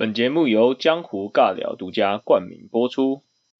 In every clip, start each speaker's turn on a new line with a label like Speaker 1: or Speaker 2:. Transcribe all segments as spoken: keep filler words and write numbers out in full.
Speaker 1: 本节目由江湖尬聊独家冠名播出。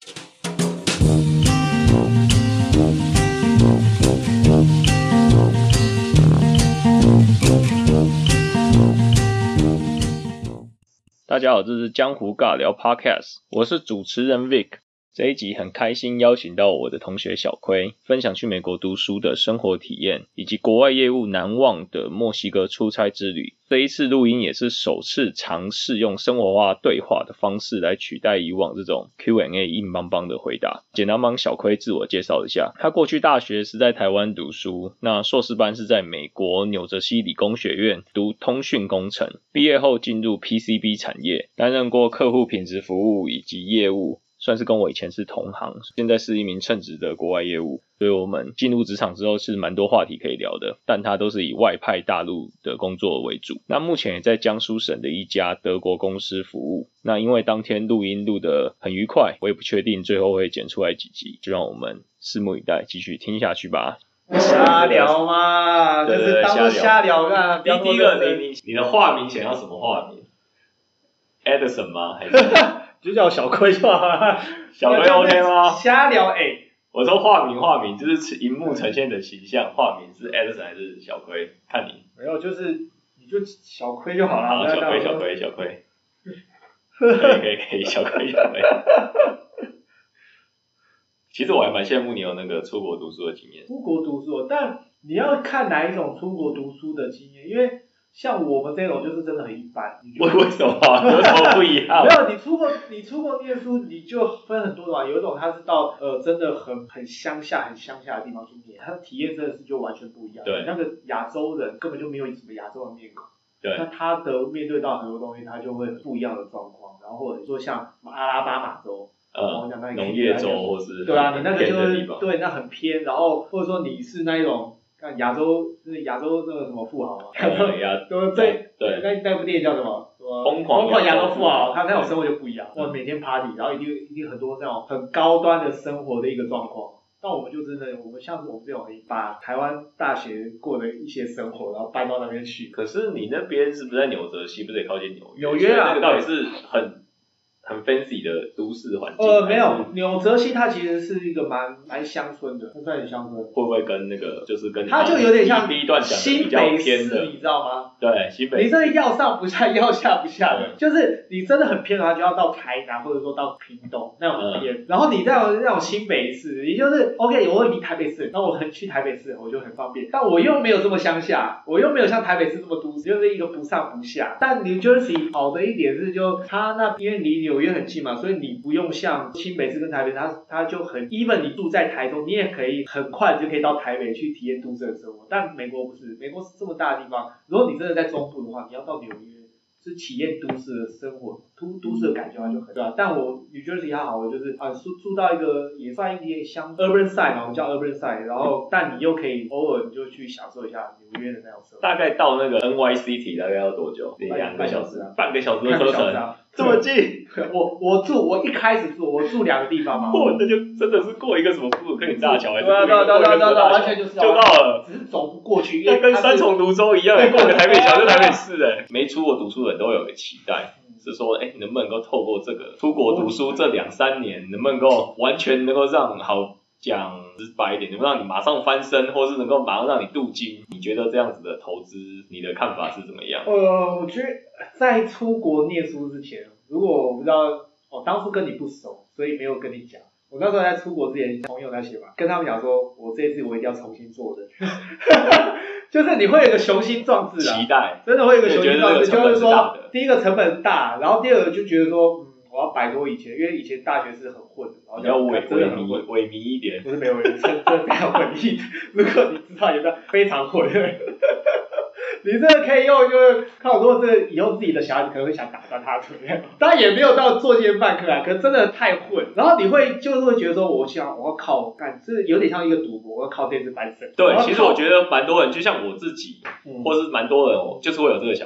Speaker 1: 大家好，这是江湖尬聊 Podcast， 我是主持人 Vic。这一集很开心邀请到我的同学小亏，分享去美国读书的生活体验，以及国外业务难忘的墨西哥出差之旅。这一次录音也是首次尝试用生活化对话的方式来取代以往这种 Q and A 硬邦邦的回答。简单帮小亏自我介绍一下，他过去大学是在台湾读书，那硕士班是在美国纽泽西理工学院读通讯工程，毕业后进入 P C B 产业，担任过客户品质服务以及业务，算是跟我以前是同行，现在是一名称职的国外业务，所以我们进入职场之后是蛮多话题可以聊的，但他都是以外派大陆的工作为主。那目前也在江苏省的一家德国公司服务。那因为当天录音录得很愉快，我也不确定最后会剪出来几集，就让我们拭目以待，继续听下去吧。
Speaker 2: 瞎聊嘛，
Speaker 1: 对对对，
Speaker 2: 就是当做瞎聊啊。
Speaker 1: 第第一个，你你你的化名想要什么化名 ？Edison 吗？还是？
Speaker 2: 就叫我小亏就好了。
Speaker 1: 小亏 OK 吗？
Speaker 2: 瞎聊哎、欸，
Speaker 1: 我说化名化名就是荧幕呈现的形象，化名是 Edison 还是小亏？看你。
Speaker 2: 没有，就是你就小亏就好了。
Speaker 1: 好，小亏小亏小亏。可以可以可以，小亏小亏。其实我还蛮羡慕你有那个出国读书的经验。
Speaker 2: 出国读书，但你要看哪一种出国读书的经验，因为像我们这种就是真的很一般。
Speaker 1: 为为什么？有什么不一样？
Speaker 2: 没有，你出国你出国念书，你就分很多种啊。有一种他是到呃真的很很乡下很乡下的地方去念，他的体验真的是就完全不一样。
Speaker 1: 对，
Speaker 2: 那个亚洲人根本就没有什么亚洲的面孔。
Speaker 1: 对，
Speaker 2: 那他的面对到很多东西，他就会不一样的状况。然后或者说像阿拉巴马州。
Speaker 1: 呃，农业州或是
Speaker 2: 对啊，你那个就是
Speaker 1: 对，
Speaker 2: 那很偏，然后或者说你是那一种，看亚洲是亚洲那个什么富豪嘛，
Speaker 1: 亚
Speaker 2: 洲对
Speaker 1: 对，
Speaker 2: 那那部电影叫什么？
Speaker 1: 疯狂
Speaker 2: 亚洲富豪，他那种生活就不一样，哇，每天 party， 然后一定一定很多那种很高端的生活的一个状况。但我们就真的，我们像是我们这种把台湾大学过的一些生活，然后搬到那边去。
Speaker 1: 可是你那边是不是在纽泽西？不是也靠近纽约？
Speaker 2: 纽约啊，
Speaker 1: 那个到底是很。很 fancy 的都市环境。
Speaker 2: 呃，没有，纽泽西它其实是一个蛮蛮乡村的，它算很乡村。
Speaker 1: 会不会跟那个就是跟
Speaker 2: 它就有点像
Speaker 1: 第一段讲的
Speaker 2: 新
Speaker 1: 比较
Speaker 2: 北
Speaker 1: 偏的，
Speaker 2: 你知道吗？
Speaker 1: 对，新北市。
Speaker 2: 你这要上不下，要下不下的，就是你真的很偏的话，就要到台南或者说到屏东那种偏。嗯、然后你那种那种新北市，也就是 OK， 我会离台北市，那我很去台北市，我就很方便。但我又没有这么乡下，我又没有像台北市这么都市，就是一个不上不下。但 New Jersey 好的一点是就，它那边离纽约很近嘛，所以你不用像新北市跟台北，它它就很 even， 你住在台中，你也可以很快就可以到台北去体验都市的生活。但美国不是，美国是这么大的地方，如果你真的在中部的话，你要到纽约是体验都市的生活，都都市的感觉它就很对吧？但我 New Jersey 它好，我就是啊住住到一个也算一点乡 urban side 嘛，我们叫 urban side， 然后但你又可以偶尔你就去享受一下纽约的那种生活。
Speaker 1: 大概到那个 N Y City 大概要多久？两个小时啊，半个小时的车程。
Speaker 2: 啊
Speaker 1: 这么近，
Speaker 2: 我我住我一开始住我住两个地方嘛，
Speaker 1: 哇，那就真的是过一个什么布鲁克林大桥还是过一个
Speaker 2: 对对对对，完全就是
Speaker 1: 就到了，
Speaker 2: 只是走不过去，因为
Speaker 1: 跟三重泸州一样，过个台北桥就台北市哎。没出国读书的人都有个期待，是说哎，能不能够透过这个出国读书这两三年，能不能够完全能够让好讲直白一点，能够让你马上翻身，或是能够马上让你镀金？你觉得这样子的投资，你的看法是怎么样？
Speaker 2: 呃，我觉得在出国念书之前，如果我不知道，我、哦、当初跟你不熟，所以没有跟你讲。我那时候在出国之前，朋友那些嘛，跟他们讲说，我这一次我一定要重新做人，就是你会有一个雄心壮志啊，
Speaker 1: 期待，
Speaker 2: 真的会有一个雄心壮志，就是说，第一个成本大，然后第二个就觉得说，嗯，我要摆脱以前，因为以前大学是很混的，然后
Speaker 1: 要萎萎靡萎靡一点，
Speaker 2: 不是没有萎靡，真的非常混意。如果你知道有没有非常混。你这个可以用，就是看我说这个以后自己的小孩子可能会想打断他怎么样，当然也没有到作奸犯科啊，可是真的太混，然后你会就是会觉得说，我想我要靠干，这有点像一个赌博，我要靠这次翻身。
Speaker 1: 对，其实我觉得蛮多人，就像我自己，
Speaker 2: 嗯、
Speaker 1: 或是蛮多人，就是会有这个想法。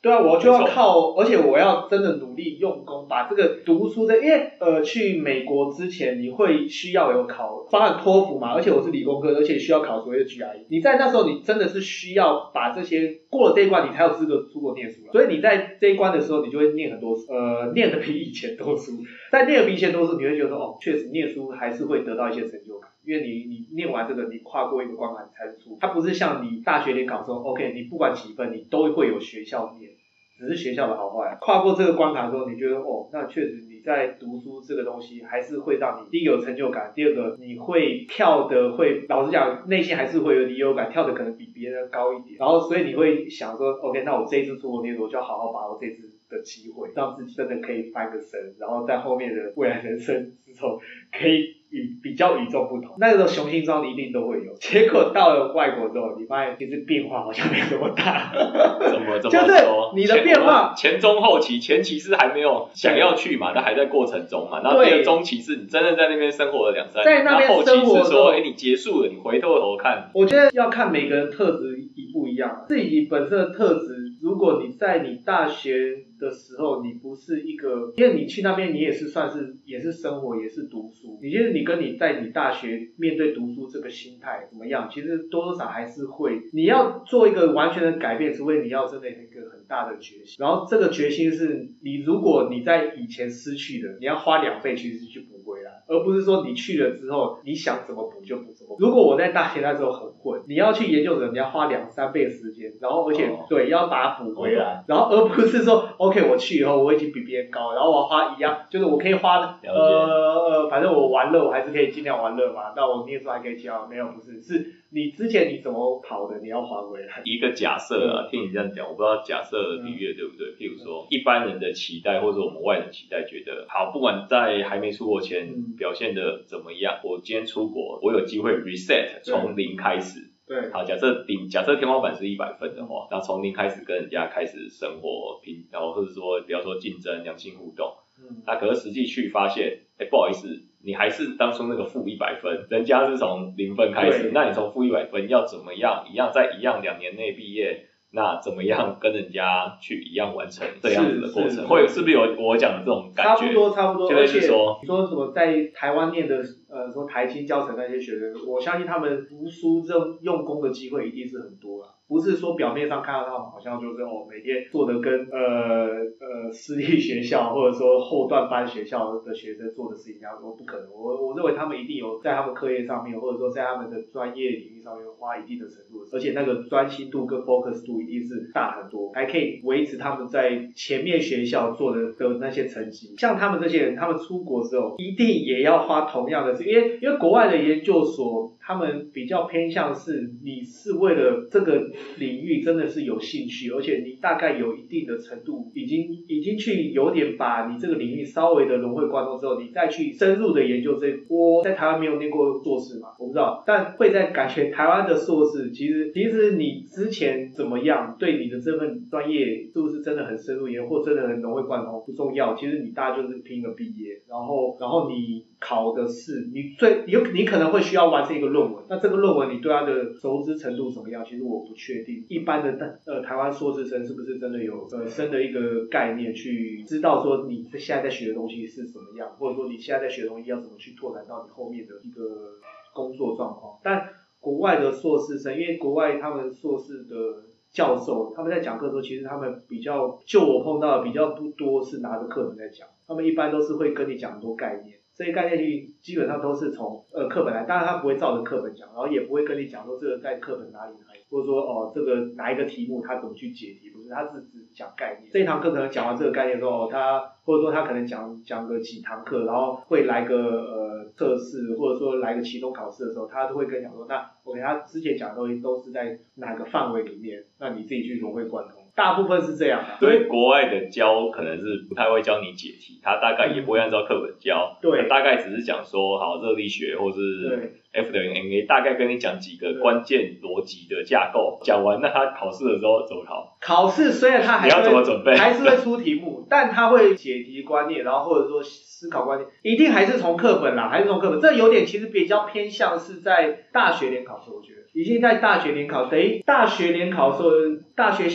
Speaker 2: 对啊，我就要靠，而且我要真的努力用功，把这个读书的，因为呃去美国之前你会需要有考，包含托福嘛，而且我是理工科，而且需要考所谓的 G R E。你在那时候你真的是需要把这些过了这一关，你才有资格出国念书了。所以你在这一关的时候，你就会念很多书，呃，念的比以前多书。在念的比以前多书，你会觉得说，哦，确实念书还是会得到一些成就感。因为你你念完这个，你跨过一个关卡才能出，它不是像你大学联考的时候 ，OK， 你不管几分，你都会有学校念，只是学校的好坏。跨过这个关卡之后，你觉得哦，那确实你在读书这个东西还是会让你第一个有成就感，第二个你会跳的会，老实讲，内心还是会有离忧感，跳的可能比别人高一点，然后所以你会想说 ，OK， 那我这一次出国念书，我就要好好把握这次的机会，让自己真的可以翻个身，然后在后面的未来人生之中可以与比较与众不同。那个雄心壮志一定都会有，结果到了外国之后，你发现其实变化好像没有那么大。
Speaker 1: 怎么怎么说？
Speaker 2: 就是你的变化
Speaker 1: 前中后期，前期是还没有想要去嘛，但还在过程中嘛。然后第二中期是你真的在那边生活了两三年，
Speaker 2: 在那边生活
Speaker 1: 然后后期是说，哎，你结束了，你回头头看。
Speaker 2: 我觉得要看每个人特质一不一样，自己本身的特质，如果你在你大学的时候，你不是一个，因为你去那边你也是算是也是生活也是读书，你觉得你跟你在你大学面对读书这个心态怎么样？其实多多少还是会，你要做一个完全的改变，除非你要真的有一个很大的决心，然后这个决心是你如果你在以前失去的，你要花两倍其实去补回来，而不是说你去了之后你想怎么补就补怎么补。如果我在大学那时候很混，你要去研究所，你要花两三倍的时间，然后而且、哦、对要把它补回来，然后而不是说 OK 我去以后我已经比别人高，然后我要花一样，就是我可以花呃呃反正我玩乐我还是可以尽量玩乐嘛，那我念书还可以教，没有不是是你之前你怎么跑的你要还回来。
Speaker 1: 一个假设啊，听你这样讲，我不知道假设的比喻对不对、嗯、譬如说一般人的期待或者我们外人期待觉得好，不管在还没出国前表现的怎么样、嗯、我今天出国我有机会 reset 从零开始，
Speaker 2: 对，
Speaker 1: 好，假设顶假设天花板是一百分的话，然后从零开始跟人家开始生活拼，然后或者说不要说竞争良性互动，嗯，那可是实际去发现，哎，不好意思，你还是当初那个负一百分，人家是从零分开始，那你从负一百分要怎么样，一样在一样两年内毕业，那怎么样跟人家去一样完成这样子的过程？会是不是有我讲的这种感觉？
Speaker 2: 差不多差不多，
Speaker 1: 就是说，
Speaker 2: 你说什么在台湾念的呃，说台清交成那些学生，我相信他们读书这种用功的机会一定是很多啦。不是说表面上看到他们好像就是哦每天做的跟呃呃私立学校或者说后段班学校的学生做的事情一样，我不可能。我我认为他们一定有在他们课业上面，或者说在他们的专业领域上面花一定的程度，而且那个专心度跟 focus 度一定是大很多，还可以维持他们在前面学校做的的那些成绩。像他们这些人，他们出国之后一定也要花同样的，因为因为国外的研究所他们比较偏向是你是为了这个领域真的是有兴趣，而且你大概有一定的程度已经已经去有点把你这个领域稍微的融会贯通之后，你再去深入的研究这。我在台湾没有念过硕士嘛，我不知道，但会在感觉台湾的硕士其实其实你之前怎么样，对你的这份专业是不是真的很深入研究或真的很融会贯通不重要，其实你大概就是拼个毕业，然后然后你考的是你最你你可能会需要完成一个论文，那这个论文你对它的熟知程度怎么样，其实我不确定一般的呃台湾硕士生是不是真的有呃深的一个概念去知道说你现在在学的东西是什么样，或者说你现在在学的东西要怎么去拓展到你后面的一个工作状况。但国外的硕士生，因为国外他们硕士的教授他们在讲课的时候，其实他们比较就我碰到的比较不多是拿着课本在讲，他们一般都是会跟你讲很多概念，这些概念基本上都是从呃课本来，当然他不会照着课本讲，然后也不会跟你讲说这个在课本哪里哪里，或者说哦这个哪一个题目他怎么去解题，不是，他是只讲概念。这一堂课可能讲完这个概念之后，他或者说他可能讲讲个几堂课，然后会来个呃测试，或者说来个期中考试的时候，他都会跟你讲说，那 OK 他之前讲的东西都是在哪个范围里面，那你自己去融会贯通。大部分是这样、啊，
Speaker 1: 所以国外的教可能是不太会教你解题，他大概也不会按照课本教，
Speaker 2: 对，
Speaker 1: 大概只是讲说好热力学或是 F 等于 ma， 大概跟你讲几个关键逻辑的架构，讲完那他考试的时候怎么考？
Speaker 2: 考试虽然他还是
Speaker 1: 你要怎么准备，
Speaker 2: 还是会出题目，但他会解题观念，然后或者说思考观念，一定还是从课本啦，还是从课本。这有点其实比较偏向是在大学联考的时候，我觉得已经在大学联考，等于大学联考的时候，大学现在像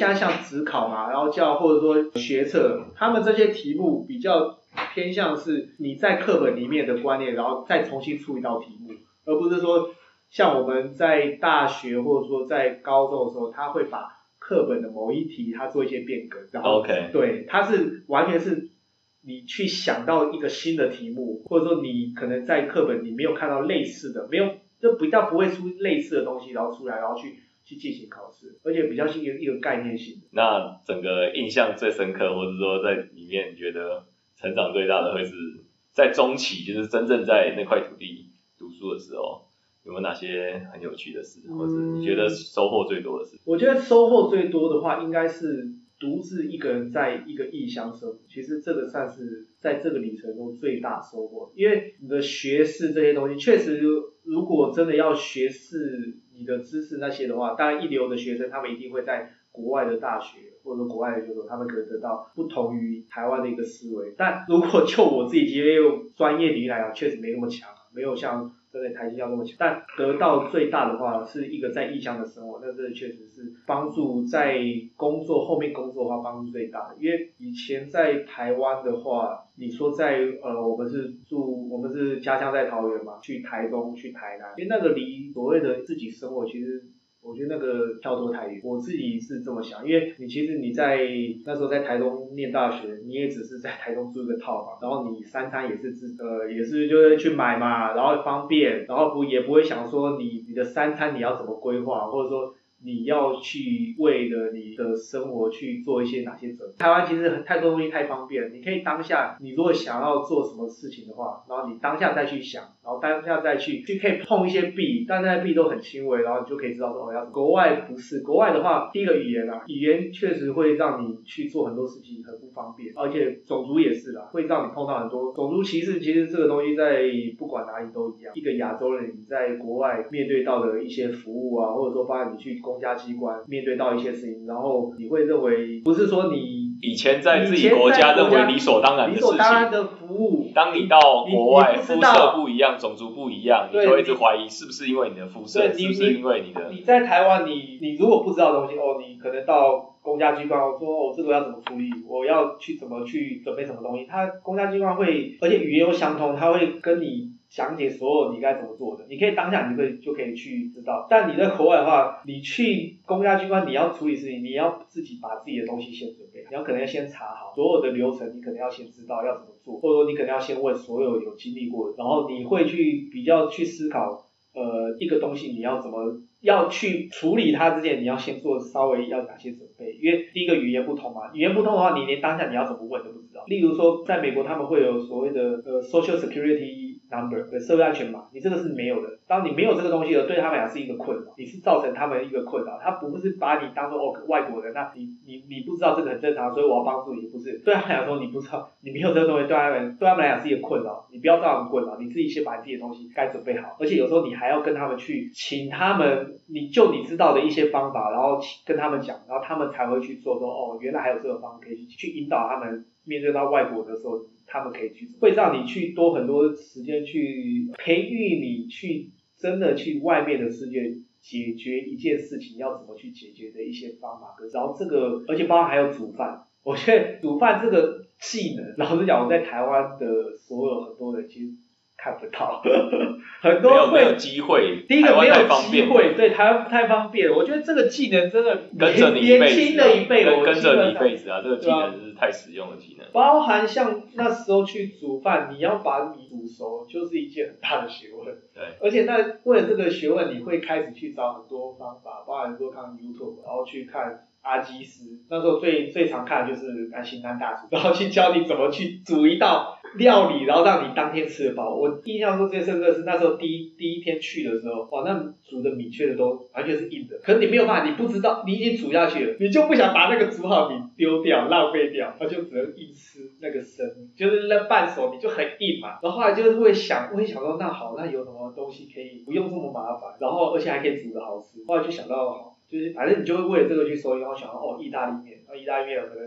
Speaker 2: 指考嘛，然后叫或者说学测，他们这些题目比较偏向是你在课本里面的观念，然后再重新出一道题目，而不是说像我们在大学或者说在高中的时候，他会把课本的某一题他做一些变革，然后
Speaker 1: OK
Speaker 2: 对，他是完全是你去想到一个新的题目，或者说你可能在课本你没有看到类似的，没有就比较不会出类似的东西，然后出来，然后去去进行考试，而且比较是一个一个概念性。
Speaker 1: 那整个印象最深刻，或者说在里面觉得成长最大的，会是在中期，就是真正在那块土地读书的时候，有没有哪些很有趣的事，或者你觉得收获最多的事？
Speaker 2: 我觉得收获最多的话，应该是独自一个人在一个异乡生活，其实这个算是在这个里程中最大收获，因为你的学识这些东西，确实如果真的要学识你的知识那些的话，当然一流的学生他们一定会在国外的大学或者说国外的学所，他们可能得到不同于台湾的一个思维，但如果就我自己直接用专业领域来讲，确实没那么强，没有像真的台积要那么强，但得到最大的话是一个在异乡的生活，那这确实是帮助在工作后面工作的话帮助最大的。因为以前在台湾的话，你说在呃我们是住我们是家乡在桃园嘛，去台中去台南，因为那个离所谓的自己生活其实。我觉得那个跳脱太远，我自己是这么想，因为你其实你在那时候在台中念大学，你也只是在台中租一个套房，然后你三餐也是自呃也是就是去买嘛，然后方便，然后不也不会想说你你的三餐你要怎么规划，或者说你要去为了你的生活去做一些哪些准备。台湾其实很太多东西太方便了，你可以当下你如果想要做什么事情的话，然后你当下再去想，然后当下再去去可以碰一些壁，但那些壁都很轻微，然后你就可以知道说哦要。国外不是，国外的话，第一个语言啊，语言确实会让你去做很多事情很不方便，而且种族也是啦，会让你碰到很多种族歧视。其实这个东西在不管哪里都一样。一个亚洲人你在国外面对到的一些服务啊，或者说包括你去公家机关面对到一些事情，然后你会认为不是说你。
Speaker 1: 以前在自己国家认为理所当然的事情，
Speaker 2: 理所当然的服务，
Speaker 1: 当你到国外，肤色不一样，种族不一样，你就会一直怀疑是不是因为你的肤色，是不是因为你的。
Speaker 2: 你在台湾，你你如果不知道的东西，哦，你可能到公家机关，我说哦这个要怎么处理，我要去怎么去准备什么东西，他公家机关会，而且语言又相通，他会跟你讲解所有你该怎么做的，你可以当下你就可以就可以去知道。但你在国外的话，你去公家机关你要处理事情，你要自己把自己的东西先准备，你要可能要先查好所有的流程，你可能要先知道要怎么做，或者说你可能要先问所有有经历过的，然后你会去比较去思考，呃，一个东西你要怎么要去处理它之前，你要先做稍微要哪些准备，因为第一个语言不通嘛，语言不通的话，你连当下你要怎么问都不知道。例如说，在美国他们会有所谓的呃 Social Security number 的社会安全码，你这个是没有的。当你没有这个东西的，对他们来讲是一个困扰，你是造成他们一个困扰。他不是把你当做哦外国人，那你你你不知道这个很正常，所以我要帮助你，不是。对他们来说，你不知道，你没有这个东西，对他们对他们来讲是一个困扰。你不要造成困扰，你自己先把你自己的东西该准备好。而且有时候你还要跟他们去请他们，你就你知道的一些方法，然后跟他们讲，然后他们才会去做说哦，原来还有这个方法可以去引导他们面对到外国的时候。他们可以去，会让你去多很多时间去培育你去真的去外面的世界解决一件事情要怎么去解决的一些方法。然后这个，而且包括还有煮饭，我觉得煮饭这个技能，老实讲，我在台湾的所有很多人其实看不到，很多
Speaker 1: 没有没有机会，
Speaker 2: 第一个没有机会，对台湾不太方便。我觉得这个技能真的
Speaker 1: 跟着你
Speaker 2: 年轻的一辈，
Speaker 1: 跟跟着你一辈子啊，这个技能是太实用的技能。
Speaker 2: 包含像那时候去煮饭，你要把米煮熟，就是一件很大的学问。
Speaker 1: 对，
Speaker 2: 而且那为了这个学问，你会开始去找很多方法，包含说看 YouTube， 然后去看阿基师。那时候最最常看的就是看新丹大厨，然后去教你怎么去煮一道料理，然后让你当天吃得饱。我印象中最深刻是那时候第一第一天去的时候，哇，那煮的米确实都完全是硬的，可是你没有办法，你不知道，你已经煮下去了，你就不想把那个煮好米丢掉，浪费掉，那就只能硬吃那个生，就是那半熟米就很硬嘛。然后后来就是会想，会想说，那好，那有什么东西可以不用这么麻烦，然后而且还可以煮得好吃。后来就想到，就是反正你就会为了这个去搜，然后想到哦，意大利面，那意大利面可能就你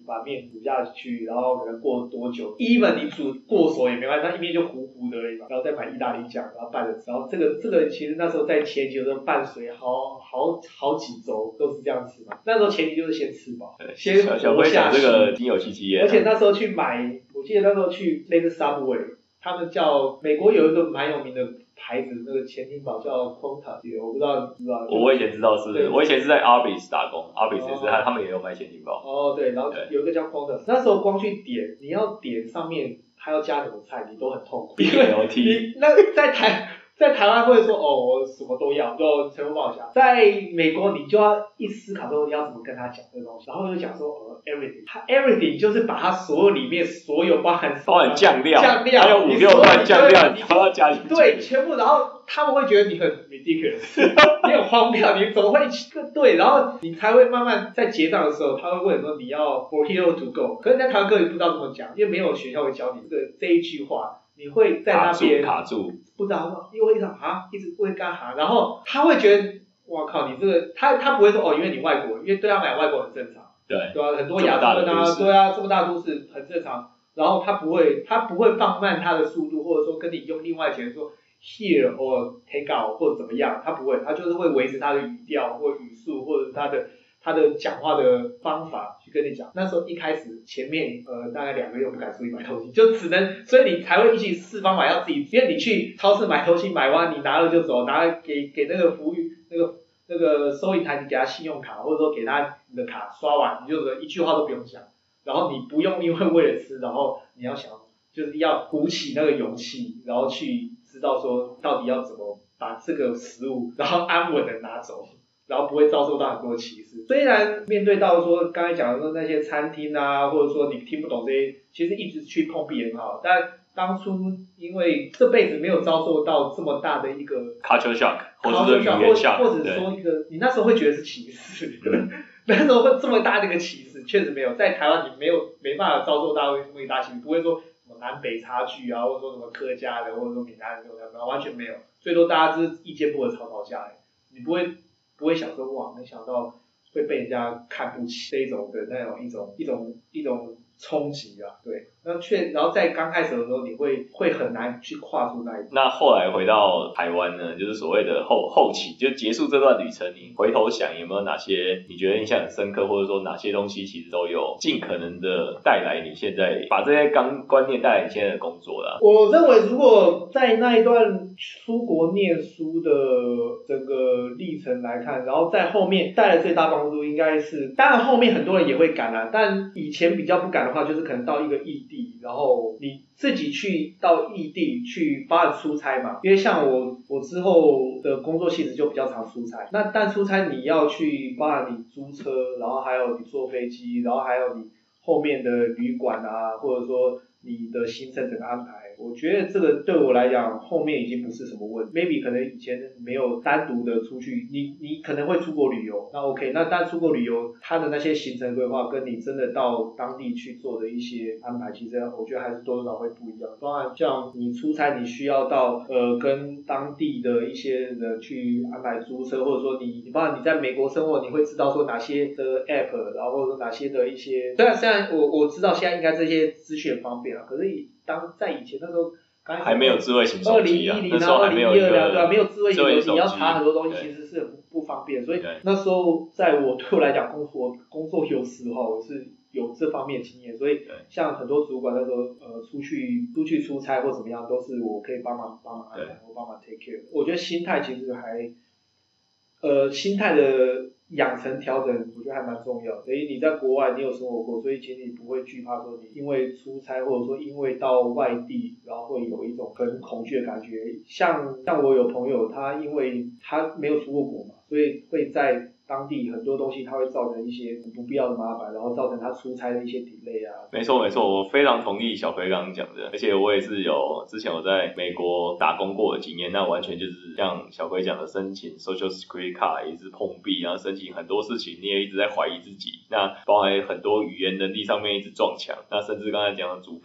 Speaker 2: 把面煮下去，然后可能过多久 ，even 你煮过熟也没关系，它一面就糊糊的而已嘛，然后再买意大利酱，然后拌着吃，然后这个这个其实那时候在前期的时候伴随好好好几周都是这样吃嘛，那时候前提就是先吃饱，先活下去。
Speaker 1: 这个挺有戚戚焉，
Speaker 2: 而且那时候去买，我记得那时候去类似 Subway， 他们叫美国有一个蛮有名的牌子，那个潜艇堡叫 Qantas， 我不知道你知道。
Speaker 1: 我以前知道是，我以前是在 Arby's 打工 ，Arby's 也是他、哦、他们也有卖潜艇堡。
Speaker 2: 哦，对，然后有一个叫 Qantas， 那时候光去点，你要点上面他要加什么菜，你都很痛苦，因为你那在台。在台湾会说哦，我什么都要，就全部报销。在美国，你就要一思考说要怎么跟他讲这个东西，然后就讲说呃 everything， 他 everything 就是把它所有里面所有包含
Speaker 1: 包含酱料，
Speaker 2: 酱料，
Speaker 1: 还有五六罐酱料，你都要加进去。
Speaker 2: 对，全部，然后他们会觉得你很 ridiculous， 你很荒谬，你怎么会对？然后你才会慢慢在结账的时候，他会问说你要 for hero to go， 可是在台湾根本不知道怎么讲，因为没有学校会教你这个这一句话。你会在那边
Speaker 1: 卡住，
Speaker 2: 不知道，因为一直啊，一直会干哈，然后他会觉得，哇靠，你这个他他不会说哦，因为你外国人，因为对他们来外国很正常，
Speaker 1: 对，
Speaker 2: 对啊，很多亚洲人啊，对啊，这么大都市很正常，然后他不会他不会放慢他的速度，或者说跟你用另外钱说 here 或 take out 或者怎么样，他不会，他就是会维持他的语调或语速或者他的。他的讲话的方法去跟你讲，那时候一开始前面呃大概两个月我不敢出去买东西，就只能，所以你才会一起四方买要自己，因为你去超市买东西买完你拿了就走，拿了给给那个服务那个那个收银台你给他信用卡，或者说给他你的卡刷完，你就一句话都不用讲，然后你不用因为为了吃，然后你要想就是要鼓起那个勇气，然后去知道说到底要怎么把这个食物然后安稳的拿走。然后不会遭受到很多歧视。虽然面对到说刚才讲的说那些餐厅啊，或者说你听不懂这些，其实一直去碰壁很好。但当初因为这辈子没有遭受到这么大的一个
Speaker 1: culture shock， 或者是语言 shock，
Speaker 2: 或者说一个你那时候会觉得是歧视，那时候会这么大的一个歧视，确实没有。在台湾你没有没办法遭受到这么一大歧视，不会说什么南北差距啊，或者说什么客家的，或者说闽南人这种，完全没有。最多大家就是意见不合吵吵架，你不会。不会想说哇，没想到会被人家看不起这一种的那种一种一种一种冲击啊，对，那确，然后在刚开始的时候，你会会很难去跨出那一步。
Speaker 1: 那后来回到台湾呢，就是所谓的后后期，就结束这段旅程，你回头想有没有哪些你觉得印象很深刻，或者说哪些东西其实都有尽可能的带来你现在把这些刚观念带来你现在的工作啦。
Speaker 2: 我认为如果在那一段出国念书的整个历程来看，然后在后面带来最大帮助应该是，当然后面很多人也会赶啊，但以前比较不赶的话，就是可能到一个异地，然后你自己去到异地去包含出差嘛，因为像我我之后的工作其实就比较常出差，那但出差你要去包含你租车，然后还有你坐飞机，然后还有你后面的旅馆啊，或者说你的行程整个安排，我觉得这个对我来讲后面已经不是什么问题 ，maybe 可能以前没有单独的出去，你你可能会出国旅游，那 OK， 那但出国旅游它的那些行程规划跟你真的到当地去做的一些安排，其实我觉得还是多多少少会不一样。当然像你出差你需要到呃跟当地的一些人去安排租车，或者说你你包括你在美国生活，你会知道说哪些的 app， 然后或者说哪些的一些，虽然虽然我我知道现在应该这些资讯很方便了，可是当在以前那时候刚
Speaker 1: 还没有智慧型手机啊，
Speaker 2: 那时候还没有一个对啊，没有智慧型手
Speaker 1: 机，
Speaker 2: 你要查很多东西其实是很不方便，所以那时候在我对我来讲工作工作有时候我是有这方面的经验，所以像很多主管那时候呃出去出去出差或怎么样，都是我可以帮忙帮忙安排或帮忙 take care。我觉得心态其实还呃心态的养成调整，我觉得还蛮重要的。所以你在国外你有生活过，所以其实你不会惧怕说你因为出差或者说因为到外地，然后会有一种很恐惧的感觉。像像我有朋友，他因为他没有出过国嘛，所以会在当地很多东西它会造成一些不必要的麻烦，然后造成他出差的一些 delay 啊。
Speaker 1: 没错没错，我非常同意小飞刚刚讲的，而且我也是有之前我在美国打工过的经验，那完全就是像小飞讲的，申请 Social Security Card 也是碰壁，然后申请很多事情你也一直在怀疑自己，那包含很多语言能力上面一直撞墙，那甚至刚才讲的煮饭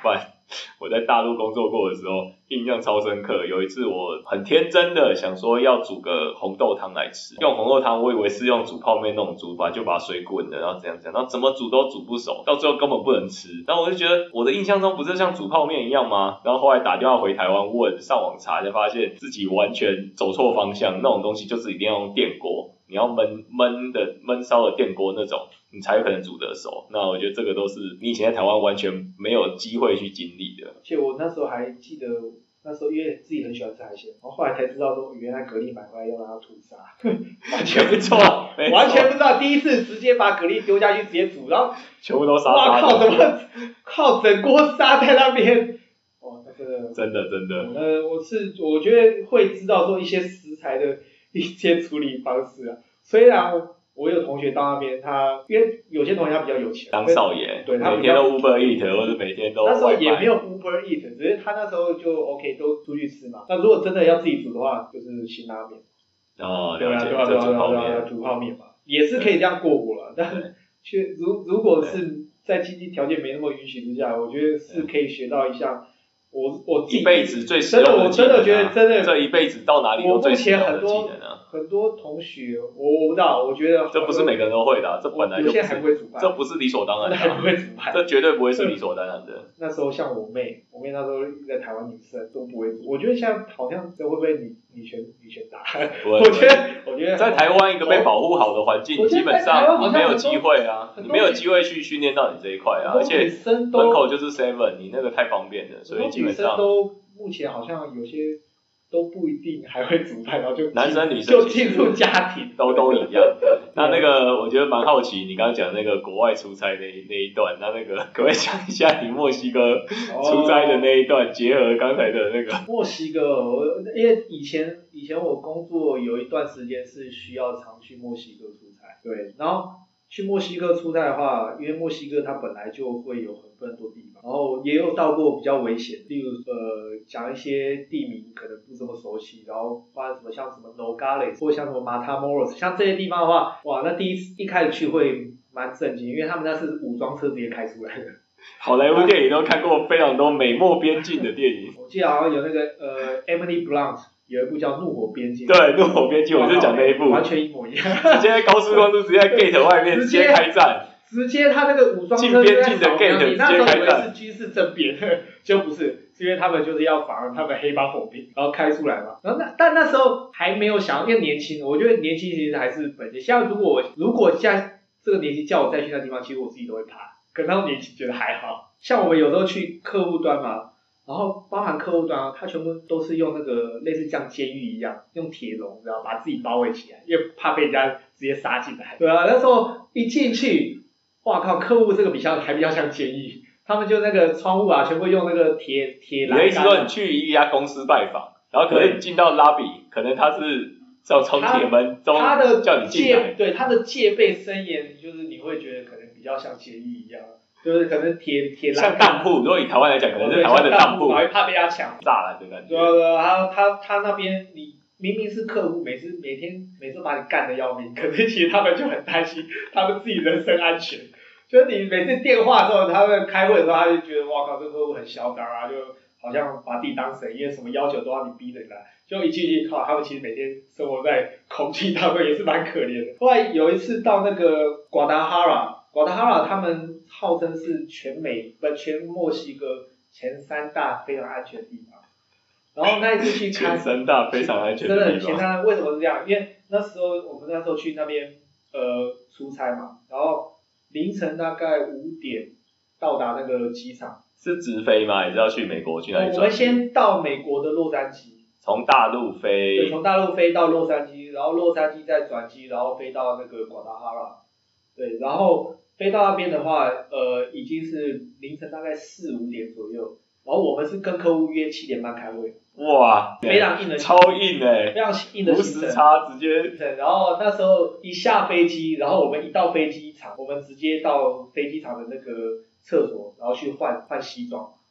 Speaker 1: 我在大陆工作过的时候，印象超深刻。有一次我很天真的想说要煮个红豆汤来吃，用红豆汤我以为是用煮泡面那种煮法，就把水滚了，然后怎样怎样，然后怎么煮都煮不熟，到最后根本不能吃。然后我就觉得我的印象中不是像煮泡面一样吗？然后后来打电话回台湾问，上网查才发现自己完全走错方向，那种东西就是一定要用电锅。你要焖焖的焖烧的电锅那种，你才有可能煮得熟。那我觉得这个都是你以前在台湾完全没有机会去经历的。
Speaker 2: 而且我那时候还记得，那时候因为自己很喜欢吃海鲜，然后后来才知道说原来蛤蜊买回来要让它吐沙，完全不知道，完全不知道。第一次直接把蛤蜊丢下去直接煮，然后
Speaker 1: 全部都沙沙的。
Speaker 2: 哇靠！怎么靠整锅沙在那边？哦，那个
Speaker 1: 真的真的。
Speaker 2: 呃，我是我觉得会知道说一些食材的一些处理方式啊。虽然我有同学到那边，他因为有些同学他比较有钱，
Speaker 1: 当少爷，
Speaker 2: 对，他
Speaker 1: 每天都 Uber Eat 或者每天都
Speaker 2: 那时候也没有 Uber Eat， 只是他那时候就 OK 都出去吃嘛。那如果真的要自己煮的话，就是辛拉面。
Speaker 1: 哦，
Speaker 2: 对啊对啊对啊对啊对啊，煮泡面嘛，也是可以这样过活了。但却如如果是在经济条件没那么允许之下，我觉得是可以学到一项。我我
Speaker 1: 一辈子最实用的技能、啊、
Speaker 2: 真的我真的觉得真的
Speaker 1: 这一辈子到哪里都最实用的技能啊！
Speaker 2: 很多同学，我我不知道，我觉得
Speaker 1: 这不是每个人都会的、啊，这本来就不是，
Speaker 2: 还不会煮饭，
Speaker 1: 这不是理所当然的、啊，
Speaker 2: 还不会煮饭，
Speaker 1: 这绝对不会是理所当然的。
Speaker 2: 那时候像我妹，我妹那时候在台湾女生都不会煮，我觉得现在好像这会不会女女权女权打？我觉得我觉得
Speaker 1: 在台湾一个被保护好的环境，基本上你没有机会啊，你没有机会去训练到你这一块啊，而且门口就是 seven， 你那个太方便了，所以基本上
Speaker 2: 都目前好像有些都不一定还会煮饭，然后就
Speaker 1: 男生女生
Speaker 2: 就进入家庭
Speaker 1: 都都一样。那那个我觉得蛮好奇，你刚刚讲那个国外出差那那一段，那那个可不可以讲一下你墨西哥出差的那一段，哦、结合刚才的那个
Speaker 2: 墨西哥，我因为以前以前我工作有一段时间是需要常去墨西哥出差，对，然后去墨西哥出差的话，因为墨西哥它本来就会有很很多地方，然后也有到过比较危险，例如呃讲一些地名可能不这么熟悉，然后包含什么像什么 Nogales 或像什么 Matamoros， 像这些地方的话，哇，那第一次一开始去会蛮震惊，因为他们那是武装车直接开出来的。
Speaker 1: 好莱坞电影都看过非常多美墨边境的电影，
Speaker 2: 我记得好像有那个呃 Emily Blunt。有一部叫《怒火边境》，
Speaker 1: 对，《怒火边境》我就讲那一部，
Speaker 2: 完全一模一样。
Speaker 1: 直接在高速公路，直接在 gate 外面直接开战，
Speaker 2: 直接他那个武装
Speaker 1: 进边境的 gate 直接开战。
Speaker 2: 那时候以为是军事政变，就不是，是因为他们就是要防他们黑帮火拼，然后开出来嘛。然后那但那时候还没有想，因为年轻，我觉得年轻其实还是本钱。像如果我如果现在这个年纪叫我再去那地方，其实我自己都会怕。可那种年轻觉得还好。像我们有时候去客户端嘛。然后包含客户端啊，它全部都是用那个类似像监狱一样，用铁笼，然后把自己包围起来，因为怕被人家直接杀进来。对啊，那时候一进去，哇靠，客户这个比较还比较像监狱，他们就那个窗户啊，全部用那个铁铁栏杆。
Speaker 1: 你的意思说你去一家公司拜访，然后可能你进到 lobby， 可能他是要从铁门中叫你进来，
Speaker 2: 对他的戒备森严，就是你会觉得可能比较像监狱一样。就是可能铁铁栏
Speaker 1: 像当铺，如果以台湾来讲，可能是台湾的当铺，
Speaker 2: 怕被他抢
Speaker 1: 炸了的感觉。
Speaker 2: 对啊对啊，他他他那边你明明是客户，每次每天每次把你干得要命，可是其实他们就很担心他们自己人身安全。就是你每次电话的时候，他们开会的时候，他就觉得哇靠，这客户很嚣张啊，就好像把自己当神，因为什么要求都要你逼着来。就一进去靠，他们其实每天生活在恐惧当中，也是蛮可怜的。后来有一次到那个瓜达哈拉。瓜达哈拉他们号称是全美不全墨西哥前三大非常安全的地方，然后那一次去看
Speaker 1: 前三大非常安全的地方，
Speaker 2: 真的前三大为什么是这样？因为那时候我们那时候去那边呃出差嘛，然后凌晨大概五点到达那个机场，
Speaker 1: 是直飞吗？也是要去美国去哪里转？
Speaker 2: 我们先到美国的洛杉矶，
Speaker 1: 从大陆飞，
Speaker 2: 对，从大陆飞到洛杉矶，然后洛杉矶再转机，然后飞到那个瓜达哈拉，对，然后。飞到那边的话，呃，已经是凌晨大概四五点左右，然后我们是跟客户约七点半开会。
Speaker 1: 哇，
Speaker 2: 非常硬的，
Speaker 1: 超硬哎、欸，
Speaker 2: 非常硬的行程，
Speaker 1: 无时差直接。
Speaker 2: 对，然后那时候一下飞机，然后我们一到飞机场，我们直接到飞机场的那个厕所，然后去换换西装，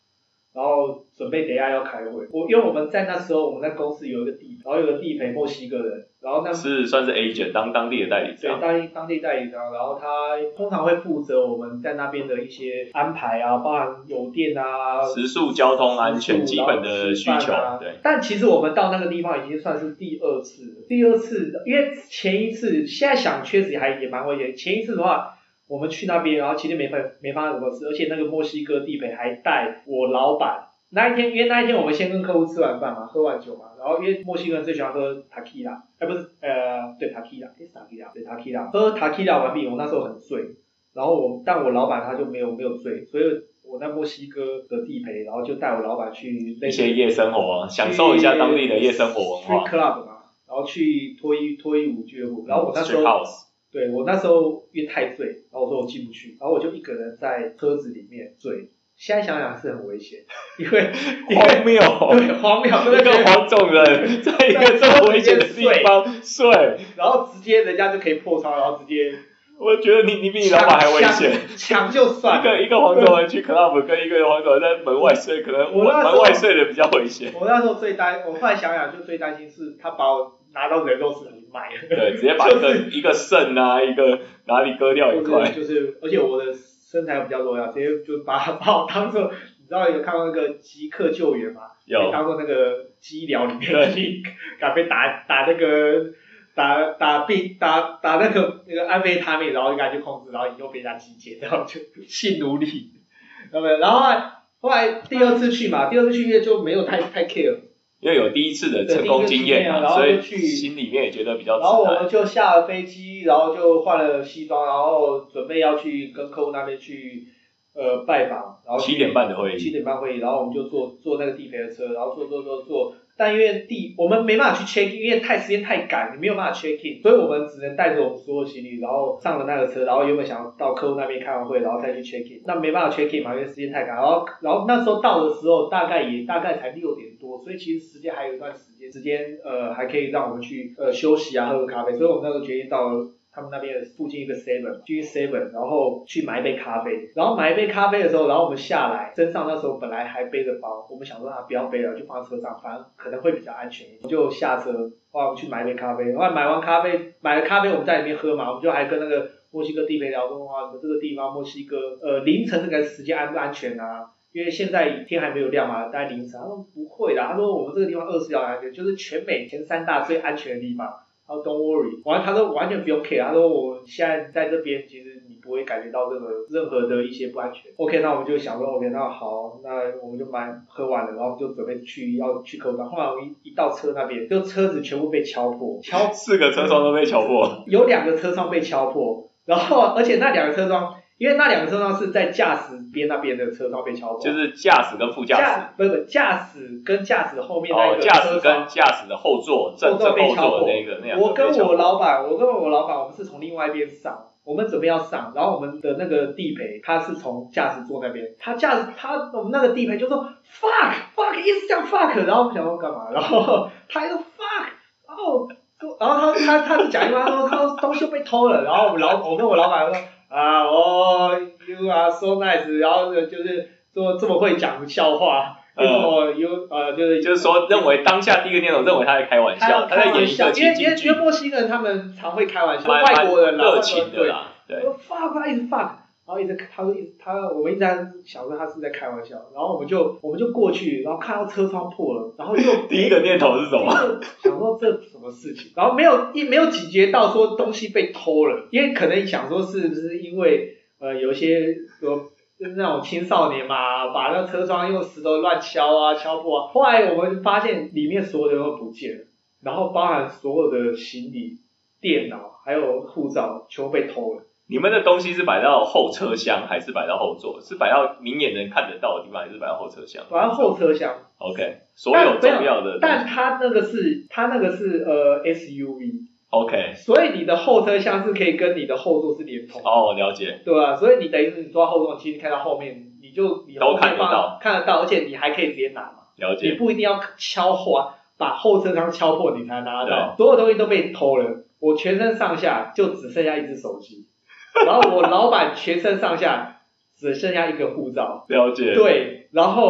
Speaker 2: 然后准备等一下要开会。我因为我们在那时候我们在公司有一个地，然后有个地陪墨西哥人，然后那
Speaker 1: 是算是 agent 当当地的代理商，
Speaker 2: 对，当地当地代理商，然后他通常会负责我们在那边的一些安排啊，包含油电啊、
Speaker 1: 食宿、交通安全基本的需求。对。
Speaker 2: 但其实我们到那个地方已经算是第二次了，第二次，因为前一次现在想确实还也蛮危险。前一次的话，我们去那边，然后其实没发没发生什么事，而且那个墨西哥地陪还带我老板。那一天，因为那一天我们先跟客户吃完饭嘛，喝完酒嘛，然后因为墨西哥人最喜欢喝 tequila， 哎不是，呃，对 tequila， 是 tequila， 对 tequila， 喝 tequila 完毕，我那时候很醉，然后我但我老板他就没有没有醉，所以我在墨西哥的地陪，然后就带我老板去
Speaker 1: 一些夜生活，享受一下当地的夜生活文化
Speaker 2: ，street club 嘛，然后去脱衣脱衣舞俱乐部，然后我那时候。对，我那时候因为太醉，然后我说我进不去，然后我就一个人在车子里面醉。现在想想是很危险，因为
Speaker 1: 荒谬，
Speaker 2: 对，荒谬，
Speaker 1: 一个黄种人在一个这么危险的地方睡，
Speaker 2: 然后直接人家就可以破窗，然后直接，
Speaker 1: 我觉得你你比你老板还危险，
Speaker 2: 抢就算了，
Speaker 1: 一个一个黄种人去 club 跟一个黄种人在门外睡，可能门外睡的比较危险。
Speaker 2: 我那时候最担，我后来想想就最担心是他把我拿到人肉市场卖了，
Speaker 1: 对，直接把一个、就是、一个肾啊，一个哪里割掉一块，
Speaker 2: 就是，而且我的身材比较弱，直接就把把我当做，你知道有看过那个即刻救援吗？
Speaker 1: 有，
Speaker 2: 当做那个医疗里面的去，敢被打打那个打打病打打那个那个安非他命，然后就赶紧控制，然后以后被人家集结，然后就性奴隶，对不对？然后后来后来第二次去嘛，第二次去因为就没有太太 care。
Speaker 1: 因为有第一次的成功经验嘛，所以心里面也觉得比较自在。
Speaker 2: 然后我们就下了飞机，然后就换了西装，然后准备要去跟客户那边去呃拜访，然后
Speaker 1: 七点半的会议，
Speaker 2: 七点半会议，然后我们就坐坐那个地陪的车，然后坐坐坐坐，但因为地我们没办法去 check in， 因为太时间太赶，你没有办法 check in， 所以我们只能带着我们所有行李，然后上了那个车，然后原本想要到客户那边开完会，然后再去 check in， 那没办法 check in 嘛，因为时间太赶，然后然后那时候到的时候大概也大概才六点多，所以其实时间还有一段时间，时间呃还可以让我们去呃休息啊，喝个咖啡，所以我们那时候决定到了他们那边的附近一个 seven， 去 seven， 然后去买一杯咖啡，然后买一杯咖啡的时候，然后我们下来，身上那时候本来还背着包，我们想说啊不要背了，就放在车上，反正可能会比较安全一点，就下车，后来我们去买一杯咖啡，后来买完咖啡，买了咖啡我们在里面喝嘛，我们就还跟那个墨西哥地陪聊说哇，这个地方墨西哥呃凌晨这个时间安不安全啊？因为现在天还没有亮嘛，大概凌晨，他说不会啦，他说我们这个地方二十四小时安全，就是全美前三大最安全的地方。他说 Don't worry， 完他说完全不用 care， 他说我现在在这边，其实你不会感觉到任何任何的一些不安全。OK， 那我们就想说 OK， 那好，那我们就买喝完了，然后就准备去要去客户端。后来我们一一到车那边，就车子全部被敲破，敲
Speaker 1: 四个车窗都被敲破，
Speaker 2: 有两个车窗被敲破，然后而且那两个车窗。因为那两个车窗是在驾驶边那边的车窗被敲破，
Speaker 1: 就是驾驶跟副驾驶，
Speaker 2: 不是驾驶跟驾驶后面那个
Speaker 1: 车窗，哦，驾驶跟驾驶的后座，正正后座的那个那
Speaker 2: 我跟我老板，我跟我老板，我们是从另外一边上，我们准备要上，然后我们的那个地陪他是从驾驶座那边，他驾驶他我们那个地陪就说 fuck fuck 一直讲 fuck， 然后我们想说干嘛，然后他就 fuck， 然后然后他他他是讲一句话，他说他说东西被偷了，然后我们老我跟我老板说。啊哦 ，you are so nice， 然后就是说这么会讲笑话，为什么 you 呃就是
Speaker 1: 就是说认为当下第一个念头认为他在开玩笑，他在演一个情景剧，
Speaker 2: 因为墨西哥人他们常会开玩笑，外国人啦，
Speaker 1: 热情的啦，对
Speaker 2: ，fuck 他一直 fuck， 然后一直他说一直他我们一直在想说他是在开玩笑，然后我们就我们就过去，然后看到车窗破了，然后又
Speaker 1: 第一个念头是什么？
Speaker 2: 想说这什么事情，然后没有一没有警觉到说东西被偷了，因为可能想说是不是因为呃有一些有那种青少年嘛，把那车窗用石头乱敲啊敲破啊，后来我们发现里面所有的都不见了，然后包含所有的行李、电脑还有护照全部被偷了。
Speaker 1: 你们的东西是摆到后车厢还是摆到后座？是摆到明眼人看得到的地方，还是摆到后车厢？
Speaker 2: 摆到后车厢。
Speaker 1: OK， 所有重要的。
Speaker 2: 但它那个是它那个是呃 S U V。OK。所以你的后车厢是可以跟你的后座是连通的。
Speaker 1: 哦，了解。
Speaker 2: 对啊，所以你等于是你坐到后座，其实看到后面，你就你后面
Speaker 1: 都看得到，
Speaker 2: 看得到，而且你还可以直接拿嘛。
Speaker 1: 了解。
Speaker 2: 你不一定要敲破，把后车厢敲破你才拿得到。所有东西都被偷了，我全身上下就只剩下一只手机。然后我老板全身上下只剩下一个护照，
Speaker 1: 了解。
Speaker 2: 对，然后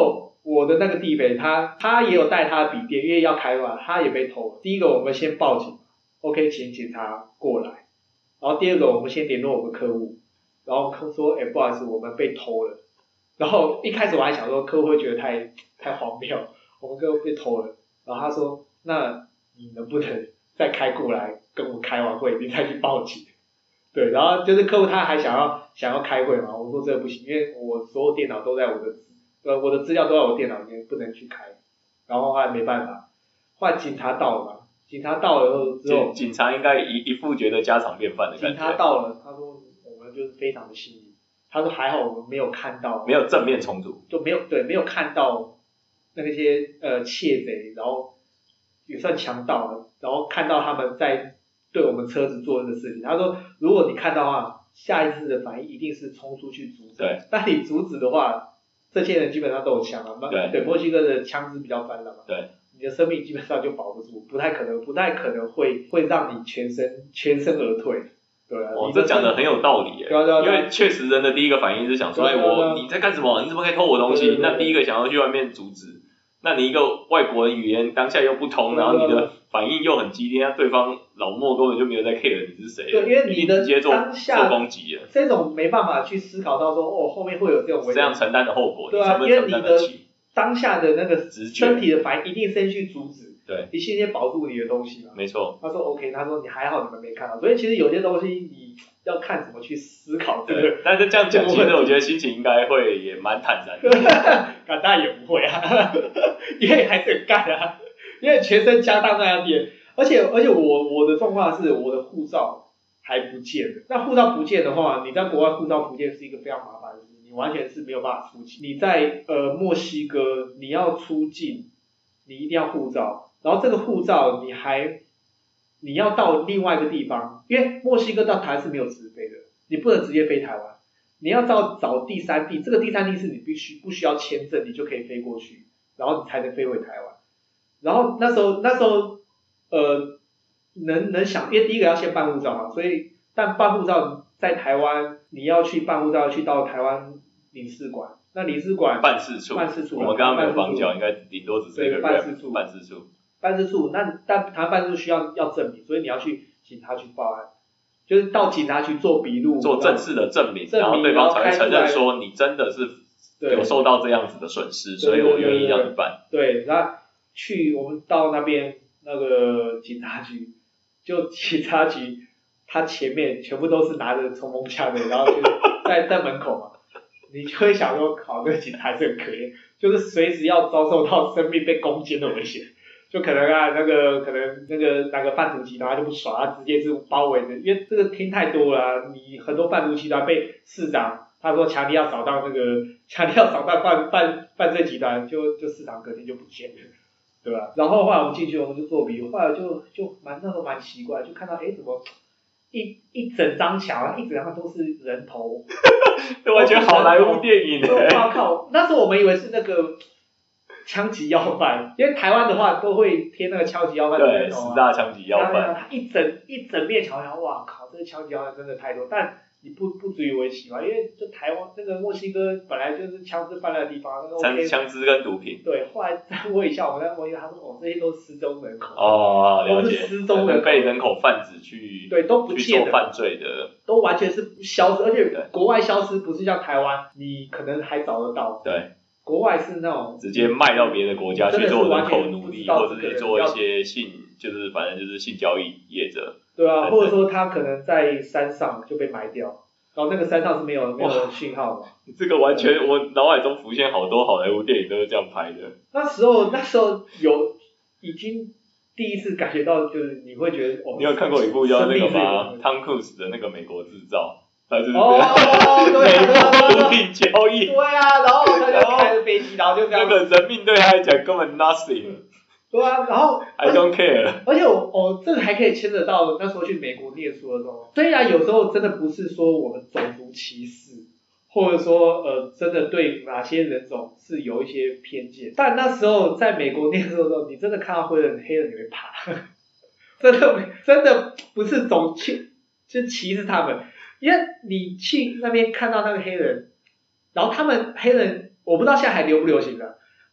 Speaker 2: 我的那个地匪他他也有带他的笔电，因为要开嘛，他也被偷了。第一个我们先报警 ，OK， 请警察过来。然后第二个我们先联络我们客户，然后客说，哎、欸，不好意思，我们被偷了。然后一开始我还想说客户会觉得太太荒谬，我们客户被偷了。然后他说，那你能不能再开过来跟我们开完会，你再去报警？对，然后就是客户他还想要想要开会嘛，我说这个不行，因为我所有电脑都在我的呃我的资料都在我电脑里面，不能去开。然后后来没办法，后来警察到了嘛，警察到了之后，
Speaker 1: 警察应该一一副觉得家常便饭的感觉。
Speaker 2: 警察到了，他说我们就是非常的幸运，他说还好我们没有看到，
Speaker 1: 没有正面冲突，
Speaker 2: 就没有对没有看到那些呃窃贼，然后也算强盗，然后看到他们在对我们车子做这个事情。他说如果你看到的话，下一次的反应一定是冲出去阻止。
Speaker 1: 对，
Speaker 2: 但你阻止的话，这些人基本上都有枪啊，
Speaker 1: 对，
Speaker 2: 对，墨西哥的枪支比较泛滥嘛，
Speaker 1: 对，
Speaker 2: 你的生命基本上就保不住，不太可能，不太可能会会让你全身全身而退。对啊，
Speaker 1: 哦，这讲的很有道理耶，
Speaker 2: 对啊对啊，
Speaker 1: 因为确实人的第一个反应是想说，哎、啊啊，我你在干什么？你怎么可以偷我东西？对对对对，那第一个想要去外面阻止。那你一个外国人语言当下又不通，然后你的反应又很激烈，那对方老莫根本就没有在 care 你是谁，
Speaker 2: 对，因为你的
Speaker 1: 直接做
Speaker 2: 当下
Speaker 1: 做攻击了，
Speaker 2: 这种没办法去思考到说，哦，后面会有这种危险，
Speaker 1: 这样承担的后果，
Speaker 2: 对啊，
Speaker 1: 你
Speaker 2: 因为你的
Speaker 1: 起
Speaker 2: 当下的那个身体的反应一定先去阻止，
Speaker 1: 对，
Speaker 2: 你先保住你的东西嘛，
Speaker 1: 没错。
Speaker 2: 他说 OK， 他说你还好你们没看到，所以其实有些东西你要看怎么去思考这个，
Speaker 1: 但是这样讲，其实我觉得心情应该会也蛮坦然的，
Speaker 2: 干当然也不会啊，因为还是很干啊。因为全身家当在那边，而且而且我我的状况是我的护照还不见了。那护照不见的话，你在国外护照不见是一个非常麻烦的事，你完全是没有办法出境。你在呃墨西哥你要出境，你一定要护照，然后这个护照你还你要到另外一个地方，因为墨西哥到台湾是没有直飞的，你不能直接飞台湾，你要找找第三地，这个第三地是你必须不需要签证，你就可以飞过去，然后你才能飞回台湾。然后那时候那时候呃能能想，因为第一个要先办护照嘛，所以但办护照在台湾你要去办护照，要去到台湾领事馆，那领事馆
Speaker 1: 办事处，
Speaker 2: 办事处，
Speaker 1: 我们刚刚没有帮教，应该顶多只是一个
Speaker 2: 办事处，
Speaker 1: 办事处，
Speaker 2: 办事处，那但台湾办事处需要要证明，所以你要去警察局报案，就是到警察局做笔录，
Speaker 1: 做正式的证明，
Speaker 2: 然
Speaker 1: 后对方才会承认说你真的是有受到这样子的损失，所以我愿意让你办。
Speaker 2: 对，然后去我们到那边那个警察局，就警察局他前面全部都是拿着冲锋枪的，然后就在在门口嘛，你就会想说，靠，这个警察还是很可怜，就是随时要遭受到生命被攻坚的危险。就可能啊，那个可能那个那个贩毒集团他就不爽，他直接是包围的，因为这个听太多了、啊，你很多贩毒集团被市长他说强力要扫到那个强力要扫到犯犯犯罪集团，就就市场隔天就不见了，对吧？然后后来我们进去，我们就做笔录，后来就就蛮那时候蛮奇怪，就看到哎怎么一一整张墙，一整张都是人头，
Speaker 1: 完全好莱坞电影
Speaker 2: 哎、欸！我靠，那时候我们以为是那个枪击要犯，因为台湾的话都会贴那个枪击要犯的人头、啊、
Speaker 1: 对，十大枪击要犯。
Speaker 2: 他一整一整面墙墙，哇靠，这个枪击要犯真的太多，但你不不足以为奇嘛，因为就台湾这个墨西哥本来就是枪支泛滥的地方，那个、OK,
Speaker 1: 枪支跟毒品。
Speaker 2: 对，后来再问一下我们在墨西哥，他说哦，这些都是失踪人口。
Speaker 1: 哦，了解。
Speaker 2: 都是失踪人口，
Speaker 1: 被人口贩子去
Speaker 2: 对都不见
Speaker 1: 去做犯罪的，
Speaker 2: 都完全是消失，而且国外消失不是像台湾，你可能还找得到。
Speaker 1: 对。
Speaker 2: 国外是那种
Speaker 1: 直接卖到别的国家去做人口奴隶，或者是做一些性，就是反正就是性交易业者。
Speaker 2: 对啊，或者说他可能在山上就被埋掉，然后那个山上是没有没有讯号的。
Speaker 1: 这个完全我脑海中浮现好多好莱坞电影都是这样拍的。
Speaker 2: 那时候那时候有已经第一次感觉到，就是你会觉得哦，
Speaker 1: 你有看过一部叫那个吗？汤库斯的那个《美国制造》。他就是
Speaker 2: 哦，对啊，
Speaker 1: 美国毒品交易。
Speaker 2: 对啊，然后他就开着飞机，然后就这样。
Speaker 1: 那个人命对他来讲根本 nothing。
Speaker 2: 对啊，然后
Speaker 1: I don't care。
Speaker 2: 而且我哦，这个还可以牵扯到那时候去美国念书的时候，虽然有时候真的不是说我们种族歧视，或者说呃真的对哪些人种是有一些偏见，但那时候在美国念书的时候，你真的看到黑人黑人你会怕，真的真的不是种歧就歧视他们。因为你去那边看到那个黑人，然后他们黑人我不知道现在还流不流行了，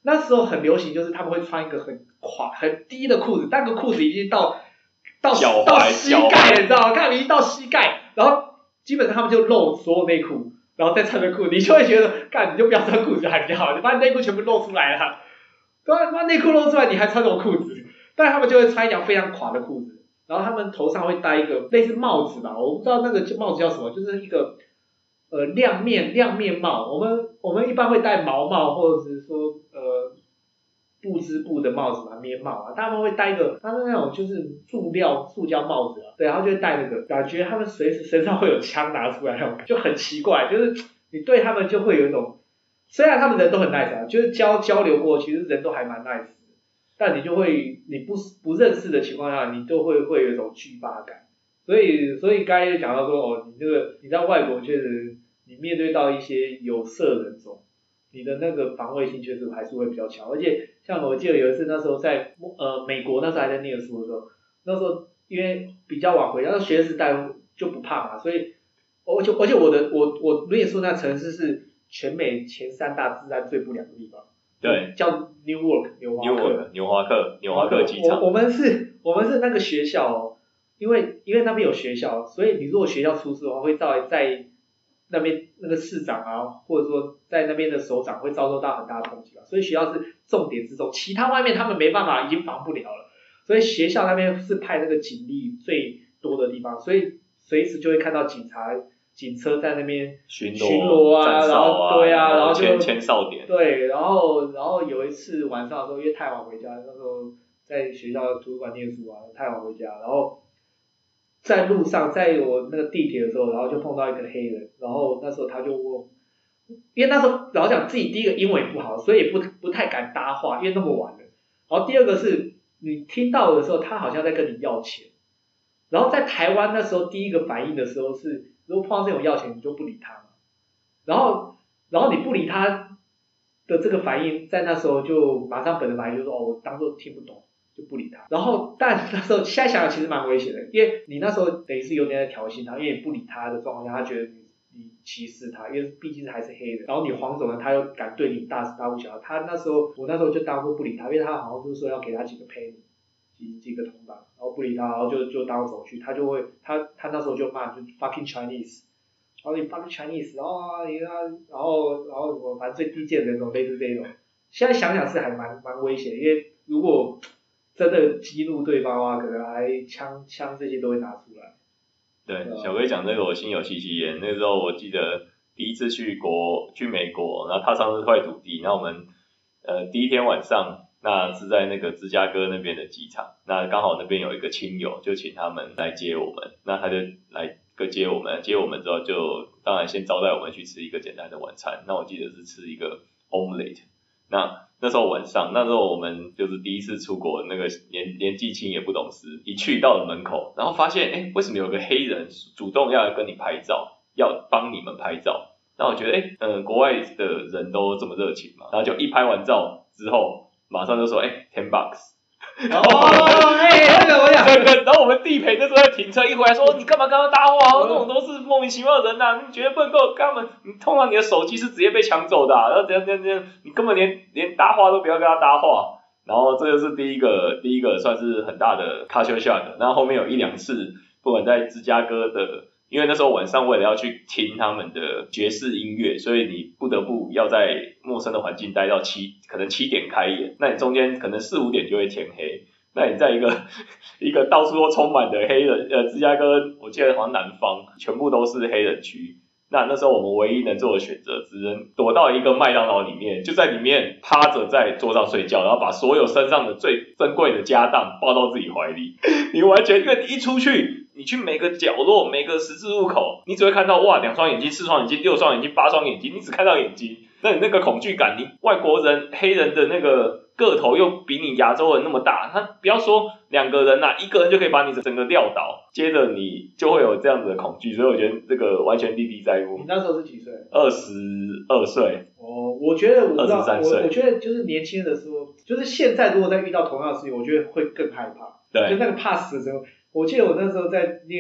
Speaker 2: 那时候很流行，就是他们会穿一个很垮、很低的裤子，那个裤子已经到到到膝盖了，你知道吗？看已经到膝盖，然后基本上他们就露所有内裤，然后再穿着裤子，你就会觉得，干你就不要穿裤子还比较好，你把你内裤全部露出来了，对啊，把内裤露出来，你还穿什么裤子？但他们就会穿一条非常垮的裤子，然后他们头上会戴一个类似帽子吧，我不知道那个帽子叫什么，就是一个呃亮面亮面帽，我们我们一般会戴毛帽或者是说呃布织布的帽子嘛，棉帽啊，他们会戴一个，他是那种就是塑料塑胶帽子啊，对，然后就会戴那个，感觉他们随时身上会有枪拿出来那种，就很奇怪，就是你对他们就会有一种，虽然他们人都很 nice 啊，就是交交流过，其实人都还蛮 nice。但你就会，你不不认识的情况下，你都会会有一种惧怕感，所以所以刚才就讲到说，哦，你这个你在外国确实，你面对到一些有色人种，你的那个防卫性确实还是会比较强，而且像我记得有一次那时候在呃美国那时候还在念书的时候，那时候因为比较晚回家，那学生时代就不怕嘛，所以而且而且我的我我念书那城市是全美前三大治安最不良的地方。
Speaker 1: 对，
Speaker 2: 叫 Newark 纽华克，
Speaker 1: 纽华克，纽华克机场。
Speaker 2: 我我们是，我们是那个学校哦，因为因为那边有学校，所以你如果学校出事的话，会在在那边那个市长啊，或者说在那边的首长会遭受到很大的抨击啊，所以学校是重点之重，其他外面他们没办法，已经防不了了，所以学校那边是派那个警力最多的地方，所以随时就会看到警察。警车在那边
Speaker 1: 巡
Speaker 2: 逻巡逻啊，然后对啊，然后就
Speaker 1: 签哨点。
Speaker 2: 对，然后然后有一次晚上的时候，因为太晚回家，那时候在学校图书馆念书啊，太晚回家，然后在路上，在我那个地铁的时候，然后就碰到一个黑人，然后那时候他就问，因为那时候老实讲自己第一个英文也不好，所以也不不太敢搭话，因为那么晚了。然后第二个是你听到的时候，他好像在跟你要钱。然后在台湾那时候第一个反应的时候是。如果碰到这种要钱，你就不理他嘛。然后，然后你不理他的这个反应，在那时候就马上本能反应就说，哦，我当做听不懂，就不理他。然后，但那时候现在想想其实蛮危险的，因为你那时候等于是有点在挑衅他，因为你不理他的状况下，他觉得你你歧视他，因为毕竟还是黑人。然后你黄种人，他又敢对你大肆大呼小叫，他那时候我那时候就当做不理他，因为他好像就是说要给他几个 penny。几几个铜板，然后不理他，然后就就当走去，他就会他他那时候就骂就 fucking Chinese， 然后你 fucking Chinese， 然后啊你啊，然后然后我反正最低贱的那种类似这种，现在想想是还蛮蛮危险，因为如果真的激怒对方的话，可能还枪枪这些都会拿出来。
Speaker 1: 对，对小龟讲这个我心有戚戚焉，那个时候我记得第一次去国去美国，然后踏上这块土地，然后我们呃第一天晚上。那是在那个芝加哥那边的机场，那刚好那边有一个亲友，就请他们来接我们，那他就来个接我们，接我们之后就当然先招待我们去吃一个简单的晚餐，那我记得是吃一个 omelette， 那那时候晚上，那时候我们就是第一次出国，那个年年纪轻也不懂事，一去到了门口，然后发现哎，为什么有个黑人主动要跟你拍照，要帮你们拍照，那我觉得哎，嗯，国外的人都这么热情嘛，然后就一拍完照之后。马上就说，哎、欸、，ten bucks。
Speaker 2: 哦，哎，那个我想，
Speaker 1: 对对，然后我们地陪那时候在停车，一回来说，你干嘛跟他搭话？那种都是莫名其妙的人呐、啊，你绝对不能跟我跟他们，你通常你的手机是直接被抢走的、啊，然后怎样怎样怎样，你根本连连搭话都不要跟他搭话。然后这个是第一个，第一个算是很大的 culture shock。然后后面有一两次，不管在芝加哥的。因为那时候晚上为了要去听他们的爵士音乐，所以你不得不要在陌生的环境待到七，可能七点开演，那你中间可能四五点就会天黑，那你在一个一个到处都充满的黑人，呃，芝加哥我记得好像南方全部都是黑人区，那那时候我们唯一能做的选择，只能躲到一个麦当劳里面，就在里面趴着在桌上睡觉，然后把所有身上的最珍贵的家当抱到自己怀里，你完全因为你一出去。你去每个角落、每个十字路口，你只会看到哇，两双眼睛、四双眼睛、六双眼睛、八双眼睛，你只看到眼睛，那你那个恐惧感，你外国人、黑人的那个个头又比你亚洲人那么大，他不要说两个人呐、啊，一个人就可以把你整个撂倒，接着你就会有这样子的恐惧，所以我觉得这个完全历历在目。
Speaker 2: 你那时候是几岁？
Speaker 1: 二十二岁。
Speaker 2: 哦，我觉得我不知道，
Speaker 1: 二十三岁。
Speaker 2: 我我觉得就是年轻的时候，就是现在如果再遇到同样的事情，我觉得会更害怕。
Speaker 1: 对。
Speaker 2: 就那个怕死的时候。我记得我那时候在念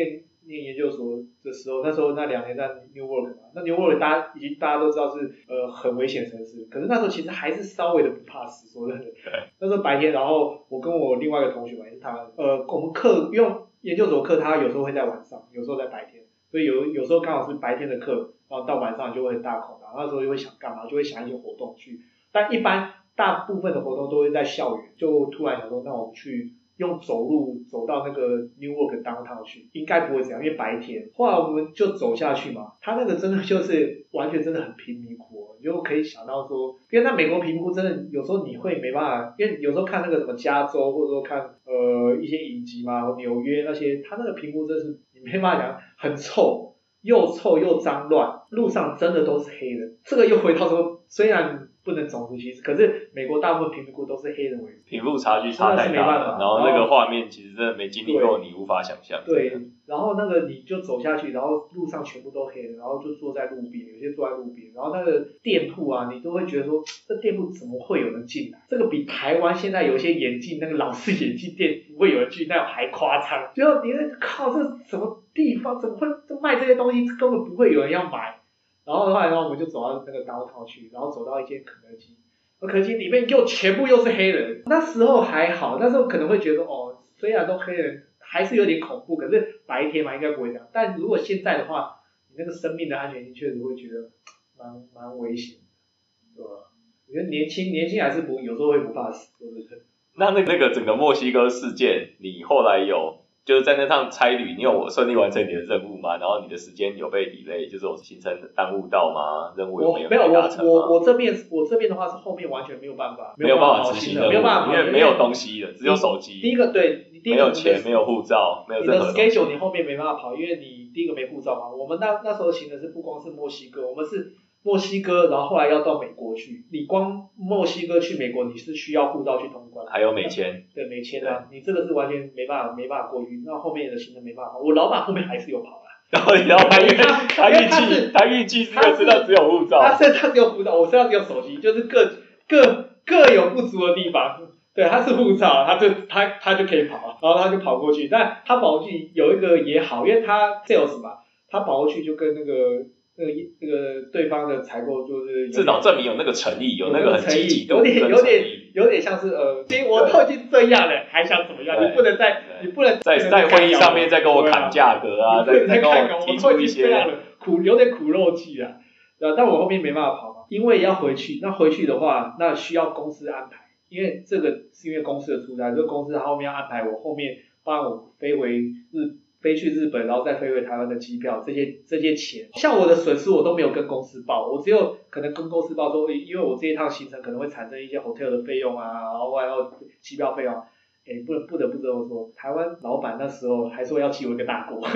Speaker 2: 念研究所的时候，那时候那两年在 Newark 嘛，那 Newark 大家已经大家都知道是呃很危险的城市，可是那时候其实还是稍微的不怕死，说真的。那时候白天，然后我跟我另外一个同学嘛，也是他，呃，我们课因为研究所课他有时候会在晚上，有时候在白天，所以有有时候刚好是白天的课，然后到晚上就会很大空，然后那时候就会想干嘛，就会想一些活动去，但一般大部分的活动都会在校园，就突然想说，那我们去。用走路走到那个 Newark downtown 去，应该不会这样，因为白天。后来我们就走下去嘛，他那个真的就是完全真的很贫民窟，你就可以想到说，因为那美国贫民窟真的有时候你会没办法，因为有时候看那个什么加州，或者说看呃一些影集嘛，纽约那些，他那个贫民窟真是你没办法讲，很臭，又臭又脏乱，路上真的都是黑人。这个又回到说，虽然不能种族歧视，可是美国大部分贫民窟都是黑人为主，
Speaker 1: 贫富差距差太大了，然后那个画面其实真的没经历过，你无法想象。
Speaker 2: 对，然后那个你就走下去，然后路上全部都黑人，然后就坐在路边，有些坐在路边，然后那个店铺啊，你都会觉得说，这店铺怎么会有人进来？这个比台湾现在有一些眼镜那个老式眼镜店不会有人去，那还夸张。就你靠，这什么地方怎么会卖这些东西？根本不会有人要买。然后后来，然后我们就走到那个downtown去，然后走到一间肯德基，肯德基里面又全部又是黑人。那时候还好，那时候可能会觉得哦，虽然都黑人，还是有点恐怖，可是白天嘛应该不会这样。但如果现在的话，你那个生命的安全性确实会觉得蛮蛮危险的，对吧？我觉得年轻年轻还是不有时候会不怕死，对不对？
Speaker 1: 那那那个整个墨西哥事件，你后来有？就是在那趟差旅，你有顺利完成你的任务吗？然后你的时间有被 delay， 就是有行程耽误到吗？任务有没有被达成吗？
Speaker 2: 我没有，我我我这边我这边的话是后面完全没有办法，
Speaker 1: 没有办法执行任务，
Speaker 2: 没有办法，
Speaker 1: 因为没有东西了，只有手机。
Speaker 2: 第一个对，第一个
Speaker 1: 没有钱，没有护照，没有任何东西。
Speaker 2: 你的 schedule 你后面没办法跑，因为你第一个没护照嘛。我们那那时候行的是不光是墨西哥，我们是墨西哥，然后后来要到美国去。你光墨西哥去美国，你是需要护照去通关，
Speaker 1: 还有美签。
Speaker 2: 对，美签啊，你这个是完全没办法没办法过去。那后面的行程没办法，我老板后面还是有跑啦。
Speaker 1: 然后然后他预他预计他预计他身上只有护照，
Speaker 2: 他身上只有护照，我身上只有手机，就是各各各有不足的地方。对，他是护照，他就他他就可以跑，然后他就跑过去。但他跑过去有一个也好，因为他 sales 嘛，他跑过去就跟那个那个那个对方的采购就是
Speaker 1: 至少证明有那个诚意，有那个很积极，
Speaker 2: 有点有点有点像是呃，我都已经这样了，还想怎么样？你不能再你不能
Speaker 1: 在在会议上面再跟我砍价格啊，再再跟我提出一些
Speaker 2: 苦有点苦肉计啊。但我后面没办法跑嘛，因为要回去，那回去的话，那需要公司安排。因为这个是因为公司的出差，这个公司他后面要安排我后面帮我飞回日飞去日本，然后再飞回台湾的机票，这些这些钱，像我的损失我都没有跟公司报，我只有可能跟公司报说，因为我这一趟行程可能会产生一些 hotel 的费用啊，然后还有机票费用，哎，不不得不这么说，台湾老板那时候还说要记我一个大锅，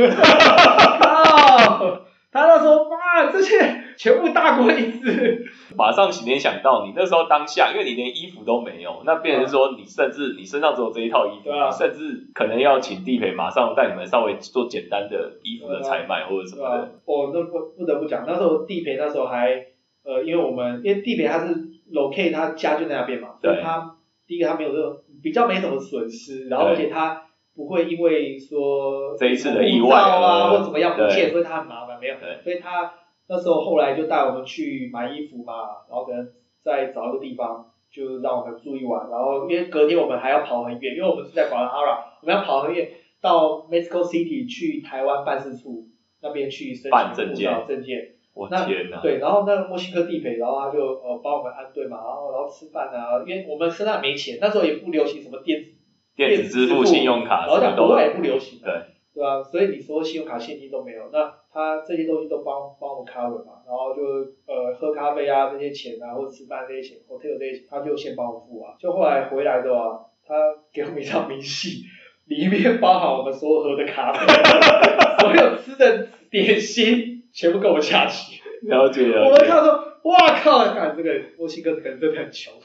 Speaker 2: 靠！他那时候妈，这些全部大过一次，
Speaker 1: 马上联想到你那时候当下，因为你连衣服都没有，那变成说你甚至你身上只有这一套衣服，
Speaker 2: 啊、
Speaker 1: 你甚至可能要请地陪马上带你们稍微做简单的衣服的采买、啊、或者什么的。
Speaker 2: 啊、哦，那不不得不讲，那时候地陪那时候还呃，因为我们因为地陪他是 locate 他家就在那边嘛，所以他第一个他没有这种比较没什么损失，然后而且他不会因为说
Speaker 1: 这一次的意外
Speaker 2: 啊或怎么样不见，所以他很麻烦没有，所以他那时候后来就带我们去买衣服嘛，然后可能再找一个地方就让我们住一晚，然后因为隔天我们还要跑很远，因为我们是在瓜拉哈拉，我们要跑很远到 Mexico City 去台湾办事处那边去申请护照证件。
Speaker 1: 我天哪！
Speaker 2: 对，然后那个墨西哥地陪，然后他就呃帮我们安顿嘛，然后然后吃饭啊，因为我们身上没钱，那时候也不流行什么电子
Speaker 1: 电子支付、信用卡，
Speaker 2: 然后讲国外也不流行，
Speaker 1: 对
Speaker 2: 对吧？所以你说信用卡、现金都没有，那他这些东西都帮帮我们 cover 嘛，然后就呃喝咖啡啊这些钱啊，或者吃饭这些钱 ，hotel 这些钱，他就先帮我付啊。就后来回来的话，他给我们一张明细，里面包含我们所有喝的咖啡，所有吃的点心，全部跟我下去。
Speaker 1: 了解了解。
Speaker 2: 我们看说，哇靠！看这个墨西哥可能真的很穷。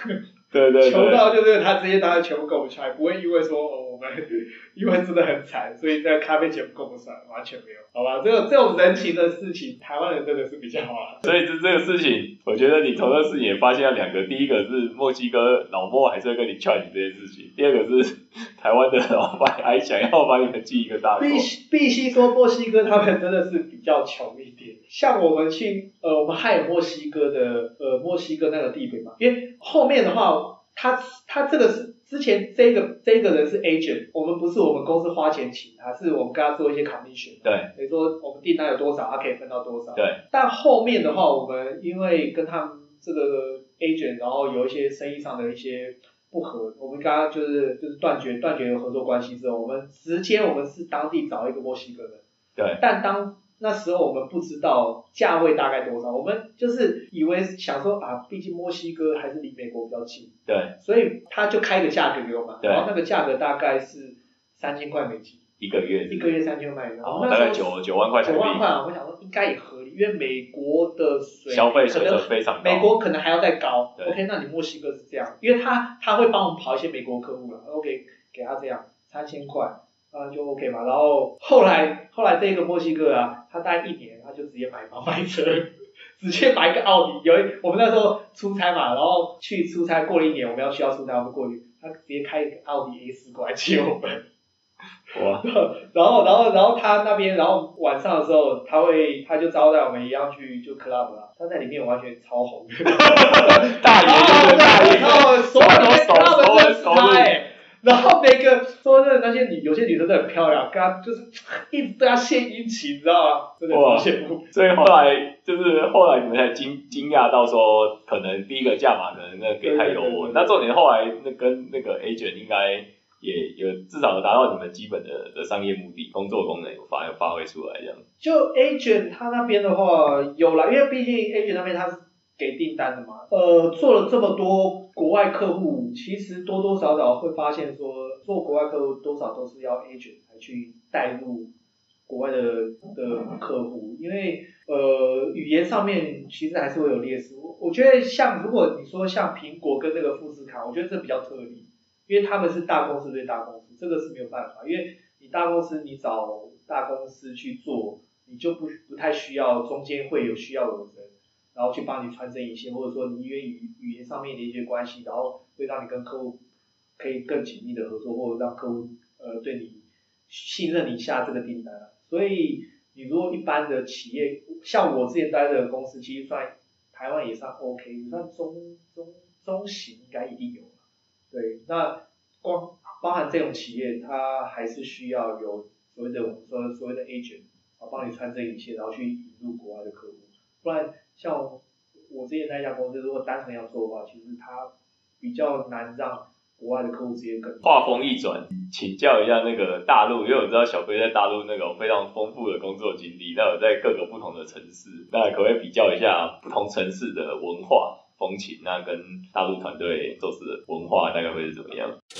Speaker 1: 对对对，
Speaker 2: 穷到就是他直接拿着钱不跟我们抢，不会因为说哦我们因为真的很惨，所以在咖啡钱不跟我们算，完全没有，好吧？这种这种人情的事情，台湾人真的是比较好啦。
Speaker 1: 所以这这个事情，我觉得你从这个事情也发现了两个，第一个是墨西哥老墨还是会跟你 charge 这件事情，第二个是台湾的老板还想要把你们记一个大过。
Speaker 2: 必须必须说墨西哥他们真的是比较穷一点，像我们去呃我们还有墨西哥的呃墨西哥那个地陪嘛，因为后面的话他他这个是之前这个这个人是 agent， 我们不是我们公司花钱请他，是我们跟他做一些 commission，
Speaker 1: 对，
Speaker 2: 比如说我们订单有多少，他可以分到多少，
Speaker 1: 对。
Speaker 2: 但后面的话，我们因为跟他们这个 agent， 然后有一些生意上的一些不合，我们跟他就是就是断绝断绝合作关系之后，我们直接我们是当地找一个墨西哥人，
Speaker 1: 对，
Speaker 2: 但当那时候我们不知道价位大概多少，我们就是以为想说啊，毕竟墨西哥还是离美国比较近，
Speaker 1: 对，
Speaker 2: 所以他就开个价格给我们，然后那个价格大概是三千块美金，
Speaker 1: 一个月，
Speaker 2: 一个月三千块，然后
Speaker 1: 大概九九万块台币，
Speaker 2: 九万块，我们想说应该也合理，因为美国的水
Speaker 1: 消费水准非常高，
Speaker 2: 美国可能还要再高。OK， 那你墨西哥是这样，因为他他会帮我们跑一些美国客户了 ，OK， 给他这样三千块。啊，就 OK 嘛，然后后来后来这个墨西哥啊，他大概一年他就直接买房买车，直接买一个奥迪。有一我们那时候出差嘛，然后去出差过了一年，我们要需要出差，我们过去，他直接开一个奥迪 A 四过来接我们。
Speaker 1: 哇！
Speaker 2: 然后然后然后他那边，然后晚上的时候，他会他就招待我们一样去就 club 啦，他在里面完全超红的，
Speaker 1: 大爷就是大爷，
Speaker 2: 然后所有的 club 认识他哎。然后每个说真的那些女有些女生都很漂亮，跟他就是一直对他献殷勤，你知道吗？真的好羡慕。
Speaker 1: 所以后来就是后来你们才惊惊讶到说，可能第一个价码可能那给太优，那重点后来那跟那个 agent 应该也有至少有达到你们基本的的商业目的，工作功能有发有发挥出来这样。
Speaker 2: 就 agent 他那边的话有啦，因为毕竟 agent 那边他是给订单的嘛，呃，做了这么多国外客户，其实多多少少会发现说，做国外客户多少都是要 agent 来去带入国外的的客户，因为呃语言上面其实还是会有劣势。我我觉得像如果你说像苹果跟那个富士康，我觉得这比较特例，因为他们是大公司对大公司，这个是没有办法，因为你大公司你找大公司去做，你就不不太需要中间会有需要有人。然后去帮你穿针引线，或者说你因为语语言上面的一些关系，然后会让你跟客户可以更紧密的合作，或者让客户呃对你信任你下这个订单啊。所以你如果一般的企业，像我之前待的公司，其实算台湾也算 OK， 算中中中型应该一定有。对，那光包含这种企业，它还是需要有所谓的我们说所谓的 agent 啊，帮你穿针引线，然后去引入国外的客户，不然。像我之前那家公司，如果单纯要做的话，其实它比较难让国外的客户直接跟。
Speaker 1: 话锋一转，请教一下那个大陆，因为我知道小飞在大陆那种非常丰富的工作经历，那有在各个不同的城市，那可不可以比较一下不同城市的文化风情，那跟大陆团队做事的文化大概会是怎么样？